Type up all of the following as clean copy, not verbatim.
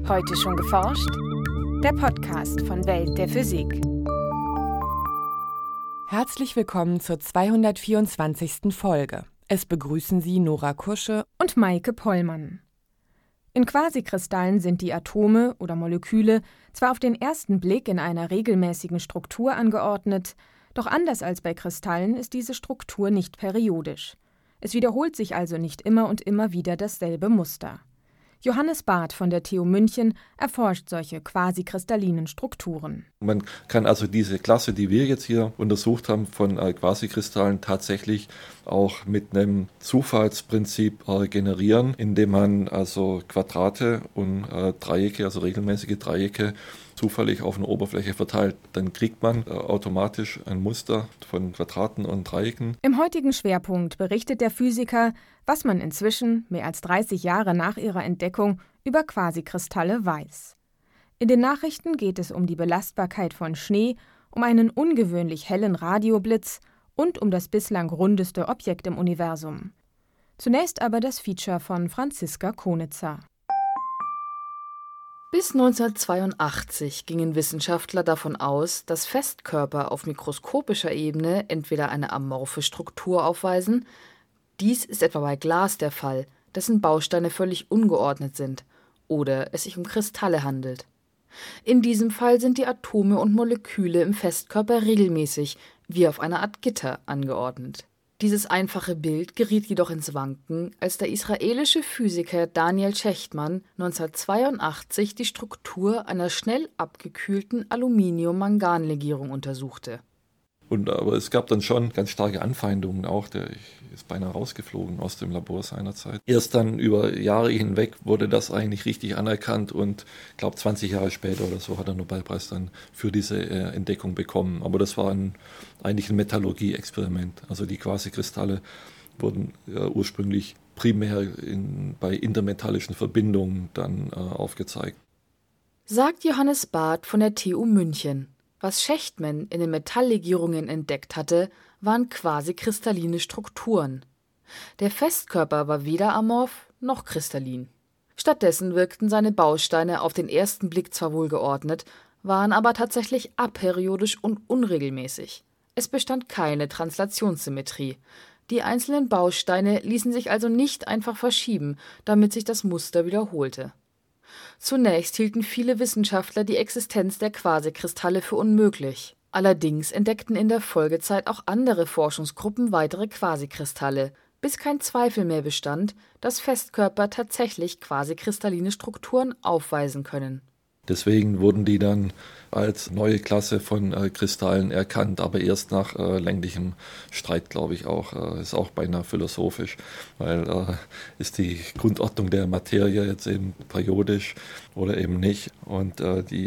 Heute schon geforscht? Der Podcast von Welt der Physik. Herzlich willkommen zur 224. Folge. Es begrüßen Sie Nora Kusche und Maike Pollmann. In Quasikristallen sind die Atome oder Moleküle zwar auf den ersten Blick in einer regelmäßigen Struktur angeordnet, doch anders als bei Kristallen ist diese Struktur nicht periodisch. Es wiederholt sich also nicht immer und immer wieder dasselbe Muster. Johannes Barth von der TU München erforscht solche quasikristallinen Strukturen. Man kann also diese Klasse, die wir jetzt hier untersucht haben, von Quasikristallen tatsächlich auch mit einem Zufallsprinzip generieren, indem man also Quadrate und Dreiecke, also regelmäßige Dreiecke, zufällig auf einer Oberfläche verteilt. Dann kriegt man automatisch ein Muster von Quadraten und Dreiecken. Im heutigen Schwerpunkt berichtet der Physiker, was man inzwischen, mehr als 30 Jahre nach ihrer Entdeckung, über Quasikristalle weiß. In den Nachrichten geht es um die Belastbarkeit von Schnee, um einen ungewöhnlich hellen Radioblitz und um das bislang rundeste Objekt im Universum. Zunächst aber das Feature von Franziska Konitzer. Bis 1982 gingen Wissenschaftler davon aus, dass Festkörper auf mikroskopischer Ebene entweder eine amorphe Struktur aufweisen, dies ist etwa bei Glas der Fall, dessen Bausteine völlig ungeordnet sind, oder es sich um Kristalle handelt. In diesem Fall sind die Atome und Moleküle im Festkörper regelmäßig, wie auf einer Art Gitter, angeordnet. Dieses einfache Bild geriet jedoch ins Wanken, als der israelische Physiker Daniel Shechtman 1982 die Struktur einer schnell abgekühlten Aluminium-Mangan-Legierung untersuchte. Aber es gab dann schon ganz starke Anfeindungen auch, der ist beinahe rausgeflogen aus dem Labor seinerzeit. Erst dann über Jahre hinweg wurde das eigentlich richtig anerkannt und ich glaube 20 Jahre später oder so hat er einen Nobelpreis dann für diese Entdeckung bekommen. Aber das war eigentlich ein Metallurgie-Experiment. Also die Quasikristalle wurden ursprünglich primär bei intermetallischen Verbindungen dann aufgezeigt. Sagt Johannes Barth von der TU München. Was Shechtman in den Metalllegierungen entdeckt hatte, waren quasikristalline Strukturen. Der Festkörper war weder amorph noch kristallin. Stattdessen wirkten seine Bausteine auf den ersten Blick zwar wohlgeordnet, waren aber tatsächlich aperiodisch und unregelmäßig. Es bestand keine Translationssymmetrie. Die einzelnen Bausteine ließen sich also nicht einfach verschieben, damit sich das Muster wiederholte. Zunächst hielten viele Wissenschaftler die Existenz der Quasikristalle für unmöglich. Allerdings entdeckten in der Folgezeit auch andere Forschungsgruppen weitere Quasikristalle, bis kein Zweifel mehr bestand, dass Festkörper tatsächlich quasikristalline Strukturen aufweisen können. Deswegen wurden die dann als neue Klasse von Kristallen erkannt, aber erst nach länglichem Streit, glaube ich auch. Ist auch beinahe philosophisch, weil ist die Grundordnung der Materie jetzt eben periodisch oder eben nicht. Und die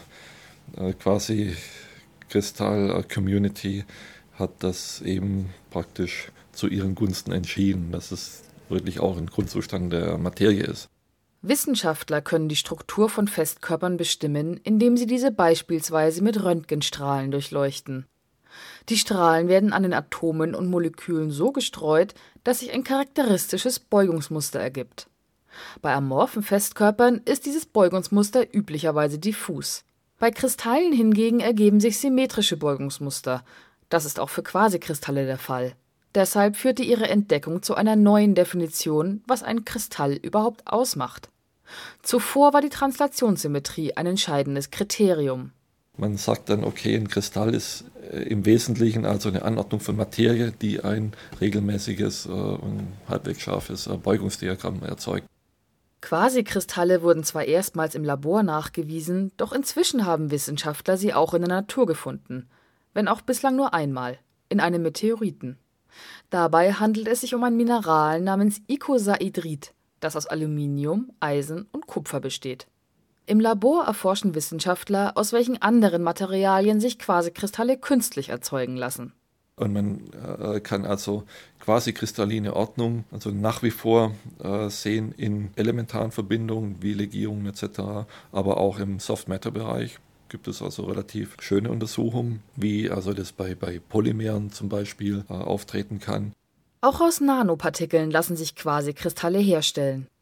quasi Kristall-Community hat das eben praktisch zu ihren Gunsten entschieden, dass es wirklich auch ein Grundzustand der Materie ist. Wissenschaftler können die Struktur von Festkörpern bestimmen, indem sie diese beispielsweise mit Röntgenstrahlen durchleuchten. Die Strahlen werden an den Atomen und Molekülen so gestreut, dass sich ein charakteristisches Beugungsmuster ergibt. Bei amorphen Festkörpern ist dieses Beugungsmuster üblicherweise diffus. Bei Kristallen hingegen ergeben sich symmetrische Beugungsmuster. Das ist auch für Quasikristalle der Fall. Deshalb führte ihre Entdeckung zu einer neuen Definition, was ein Kristall überhaupt ausmacht. Zuvor war die Translationssymmetrie ein entscheidendes Kriterium. Man sagt dann, okay, ein Kristall ist im Wesentlichen also eine Anordnung von Materie, die ein regelmäßiges und halbwegs scharfes Beugungsdiagramm erzeugt. Quasikristalle wurden zwar erstmals im Labor nachgewiesen, doch inzwischen haben Wissenschaftler sie auch in der Natur gefunden, wenn auch bislang nur einmal, in einem Meteoriten. Dabei handelt es sich um ein Mineral namens Icosaedrit, das aus Aluminium, Eisen und Kupfer besteht. Im Labor erforschen Wissenschaftler, aus welchen anderen Materialien sich Quasikristalle künstlich erzeugen lassen. Und man kann also quasikristalline Ordnung also nach wie vor sehen in elementaren Verbindungen wie Legierungen etc., aber auch im Soft-Matter-Bereich. Gibt es also relativ schöne Untersuchungen, wie also das bei Polymeren zum Beispiel auftreten kann. Auch aus Nanopartikeln lassen sich Quasikristalle herstellen.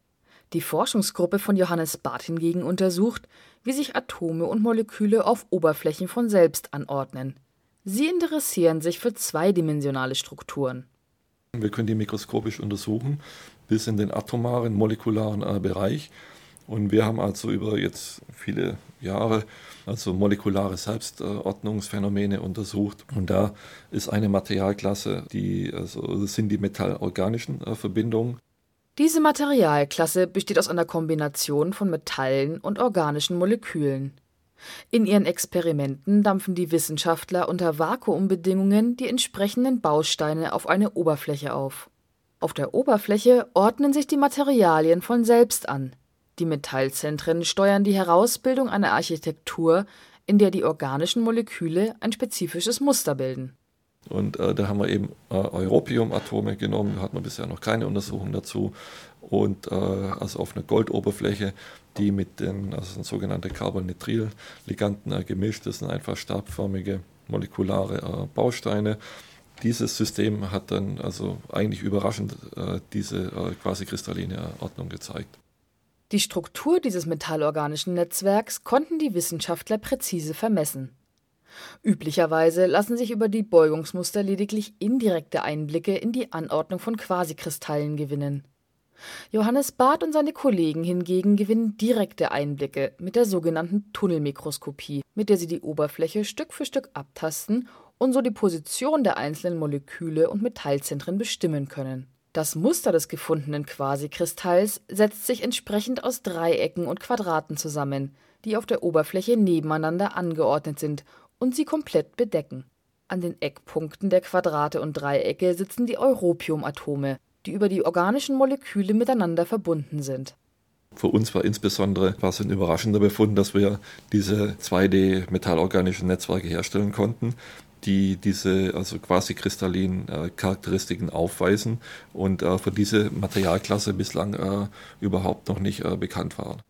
Die Forschungsgruppe von Johannes Barth hingegen untersucht, wie sich Atome und Moleküle auf Oberflächen von selbst anordnen. Sie interessieren sich für zweidimensionale Strukturen. Wir können die mikroskopisch untersuchen, bis in den atomaren, molekularen Bereich. Und wir haben also über jetzt viele Jahre also molekulare Selbstordnungsphänomene untersucht. Und da ist eine Materialklasse, das sind die metallorganischen Verbindungen. Diese Materialklasse besteht aus einer Kombination von Metallen und organischen Molekülen. In ihren Experimenten dampfen die Wissenschaftler unter Vakuumbedingungen die entsprechenden Bausteine auf eine Oberfläche auf. Auf der Oberfläche ordnen sich die Materialien von selbst an. Die Metallzentren steuern die Herausbildung einer Architektur, in der die organischen Moleküle ein spezifisches Muster bilden. Und da haben wir eben Europiumatome genommen, da hat man bisher noch keine Untersuchung dazu. Und also auf einer Goldoberfläche, die mit den sogenannten Carbonitrilliganden gemischt, das sind einfach stabförmige molekulare Bausteine. Dieses System hat dann also eigentlich überraschend diese quasi kristalline Ordnung gezeigt. Die Struktur dieses metallorganischen Netzwerks konnten die Wissenschaftler präzise vermessen. Üblicherweise lassen sich über die Beugungsmuster lediglich indirekte Einblicke in die Anordnung von Quasikristallen gewinnen. Johannes Barth und seine Kollegen hingegen gewinnen direkte Einblicke mit der sogenannten Tunnelmikroskopie, mit der sie die Oberfläche Stück für Stück abtasten und so die Position der einzelnen Moleküle und Metallzentren bestimmen können. Das Muster des gefundenen Quasikristalls setzt sich entsprechend aus Dreiecken und Quadraten zusammen, die auf der Oberfläche nebeneinander angeordnet sind und sie komplett bedecken. An den Eckpunkten der Quadrate und Dreiecke sitzen die Europiumatome, die über die organischen Moleküle miteinander verbunden sind. Für uns war insbesondere ein überraschender Befund, dass wir diese 2D-metallorganischen Netzwerke herstellen konnten, die diese quasi kristallinen Charakteristiken aufweisen und für diese Materialklasse bislang überhaupt noch nicht bekannt waren.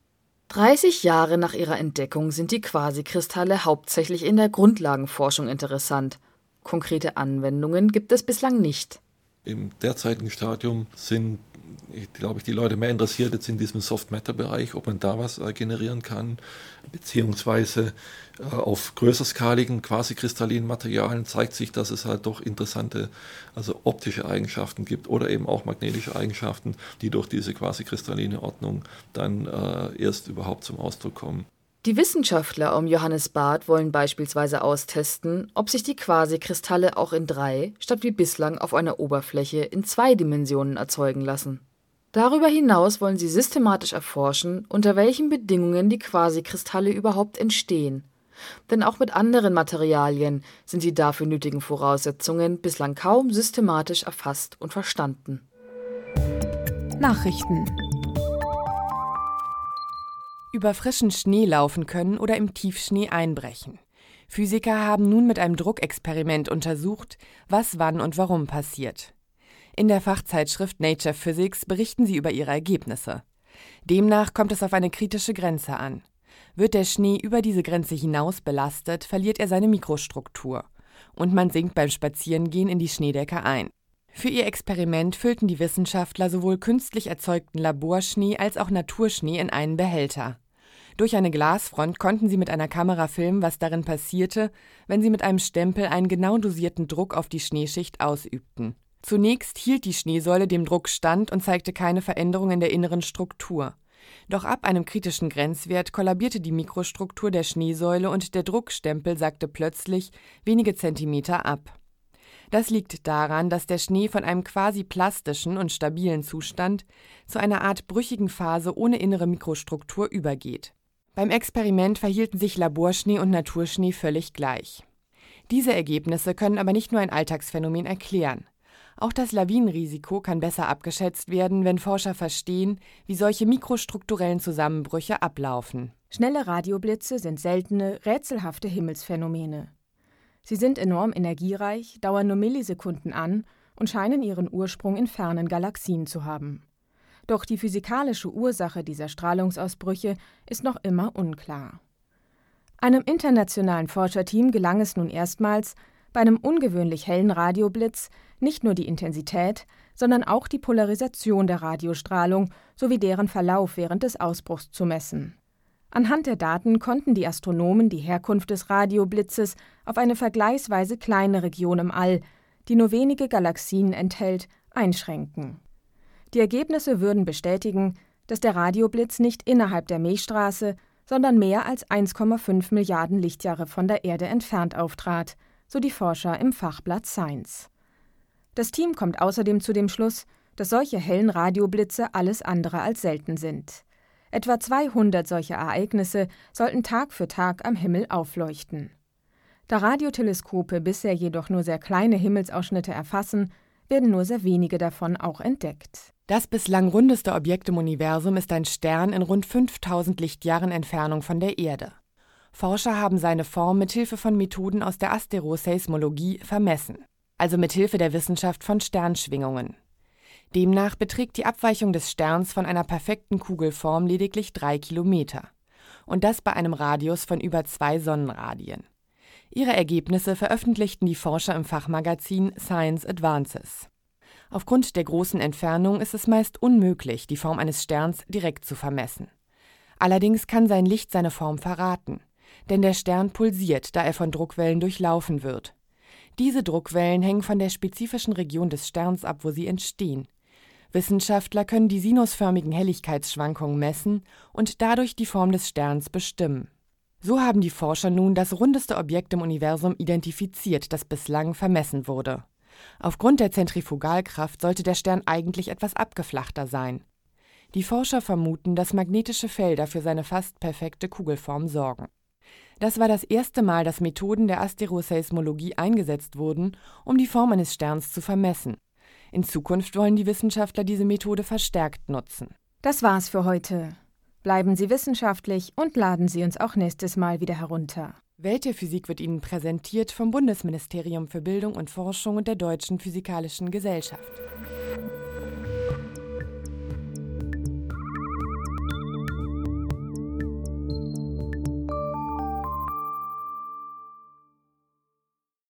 30 Jahre nach ihrer Entdeckung sind die Quasikristalle hauptsächlich in der Grundlagenforschung interessant. Konkrete Anwendungen gibt es bislang nicht. Im derzeitigen Stadium sind, glaube ich, die Leute mehr interessiert jetzt in diesem Soft-Matter-Bereich, ob man da was generieren kann, beziehungsweise auf größerskaligen, quasi kristallinen Materialien zeigt sich, dass es halt doch interessante, also optische Eigenschaften gibt oder eben auch magnetische Eigenschaften, die durch diese quasi kristalline Ordnung dann erst überhaupt zum Ausdruck kommen. Die Wissenschaftler um Johannes Barth wollen beispielsweise austesten, ob sich die Quasikristalle auch in 3 statt wie bislang auf einer Oberfläche in 2 Dimensionen erzeugen lassen. Darüber hinaus wollen sie systematisch erforschen, unter welchen Bedingungen die Quasikristalle überhaupt entstehen. Denn auch mit anderen Materialien sind die dafür nötigen Voraussetzungen bislang kaum systematisch erfasst und verstanden. Nachrichten. Über frischen Schnee laufen können oder im Tiefschnee einbrechen. Physiker haben nun mit einem Druckexperiment untersucht, was wann und warum passiert. In der Fachzeitschrift Nature Physics berichten sie über ihre Ergebnisse. Demnach kommt es auf eine kritische Grenze an. Wird der Schnee über diese Grenze hinaus belastet, verliert er seine Mikrostruktur. Und man sinkt beim Spazierengehen in die Schneedecke ein. Für ihr Experiment füllten die Wissenschaftler sowohl künstlich erzeugten Laborschnee als auch Naturschnee in einen Behälter. Durch eine Glasfront konnten sie mit einer Kamera filmen, was darin passierte, wenn sie mit einem Stempel einen genau dosierten Druck auf die Schneeschicht ausübten. Zunächst hielt die Schneesäule dem Druck stand und zeigte keine Veränderung in der inneren Struktur. Doch ab einem kritischen Grenzwert kollabierte die Mikrostruktur der Schneesäule und der Druckstempel sackte plötzlich wenige Zentimeter ab. Das liegt daran, dass der Schnee von einem quasi plastischen und stabilen Zustand zu einer Art brüchigen Phase ohne innere Mikrostruktur übergeht. Beim Experiment verhielten sich Laborschnee und Naturschnee völlig gleich. Diese Ergebnisse können aber nicht nur ein Alltagsphänomen erklären. Auch das Lawinenrisiko kann besser abgeschätzt werden, wenn Forscher verstehen, wie solche mikrostrukturellen Zusammenbrüche ablaufen. Schnelle Radioblitze sind seltene, rätselhafte Himmelsphänomene. Sie sind enorm energiereich, dauern nur Millisekunden an und scheinen ihren Ursprung in fernen Galaxien zu haben. Doch die physikalische Ursache dieser Strahlungsausbrüche ist noch immer unklar. Einem internationalen Forscherteam gelang es nun erstmals, bei einem ungewöhnlich hellen Radioblitz nicht nur die Intensität, sondern auch die Polarisation der Radiostrahlung sowie deren Verlauf während des Ausbruchs zu messen. Anhand der Daten konnten die Astronomen die Herkunft des Radioblitzes auf eine vergleichsweise kleine Region im All, die nur wenige Galaxien enthält, einschränken. Die Ergebnisse würden bestätigen, dass der Radioblitz nicht innerhalb der Milchstraße, sondern mehr als 1,5 Milliarden Lichtjahre von der Erde entfernt auftrat, so die Forscher im Fachblatt Science. Das Team kommt außerdem zu dem Schluss, dass solche hellen Radioblitze alles andere als selten sind. Etwa 200 solcher Ereignisse sollten Tag für Tag am Himmel aufleuchten. Da Radioteleskope bisher jedoch nur sehr kleine Himmelsausschnitte erfassen, werden nur sehr wenige davon auch entdeckt. Das bislang rundeste Objekt im Universum ist ein Stern in rund 5000 Lichtjahren Entfernung von der Erde. Forscher haben seine Form mit Hilfe von Methoden aus der Asteroseismologie vermessen, also mit Hilfe der Wissenschaft von Sternschwingungen. Demnach beträgt die Abweichung des Sterns von einer perfekten Kugelform lediglich 3 Kilometer. Und das bei einem Radius von über 2 Sonnenradien. Ihre Ergebnisse veröffentlichten die Forscher im Fachmagazin Science Advances. Aufgrund der großen Entfernung ist es meist unmöglich, die Form eines Sterns direkt zu vermessen. Allerdings kann sein Licht seine Form verraten, denn der Stern pulsiert, da er von Druckwellen durchlaufen wird. Diese Druckwellen hängen von der spezifischen Region des Sterns ab, wo sie entstehen. Wissenschaftler können die sinusförmigen Helligkeitsschwankungen messen und dadurch die Form des Sterns bestimmen. So haben die Forscher nun das rundeste Objekt im Universum identifiziert, das bislang vermessen wurde. Aufgrund der Zentrifugalkraft sollte der Stern eigentlich etwas abgeflachter sein. Die Forscher vermuten, dass magnetische Felder für seine fast perfekte Kugelform sorgen. Das war das erste Mal, dass Methoden der Asteroseismologie eingesetzt wurden, um die Form eines Sterns zu vermessen. In Zukunft wollen die Wissenschaftler diese Methode verstärkt nutzen. Das war's für heute. Bleiben Sie wissenschaftlich und laden Sie uns auch nächstes Mal wieder herunter. Welt der Physik wird Ihnen präsentiert vom Bundesministerium für Bildung und Forschung und der Deutschen Physikalischen Gesellschaft.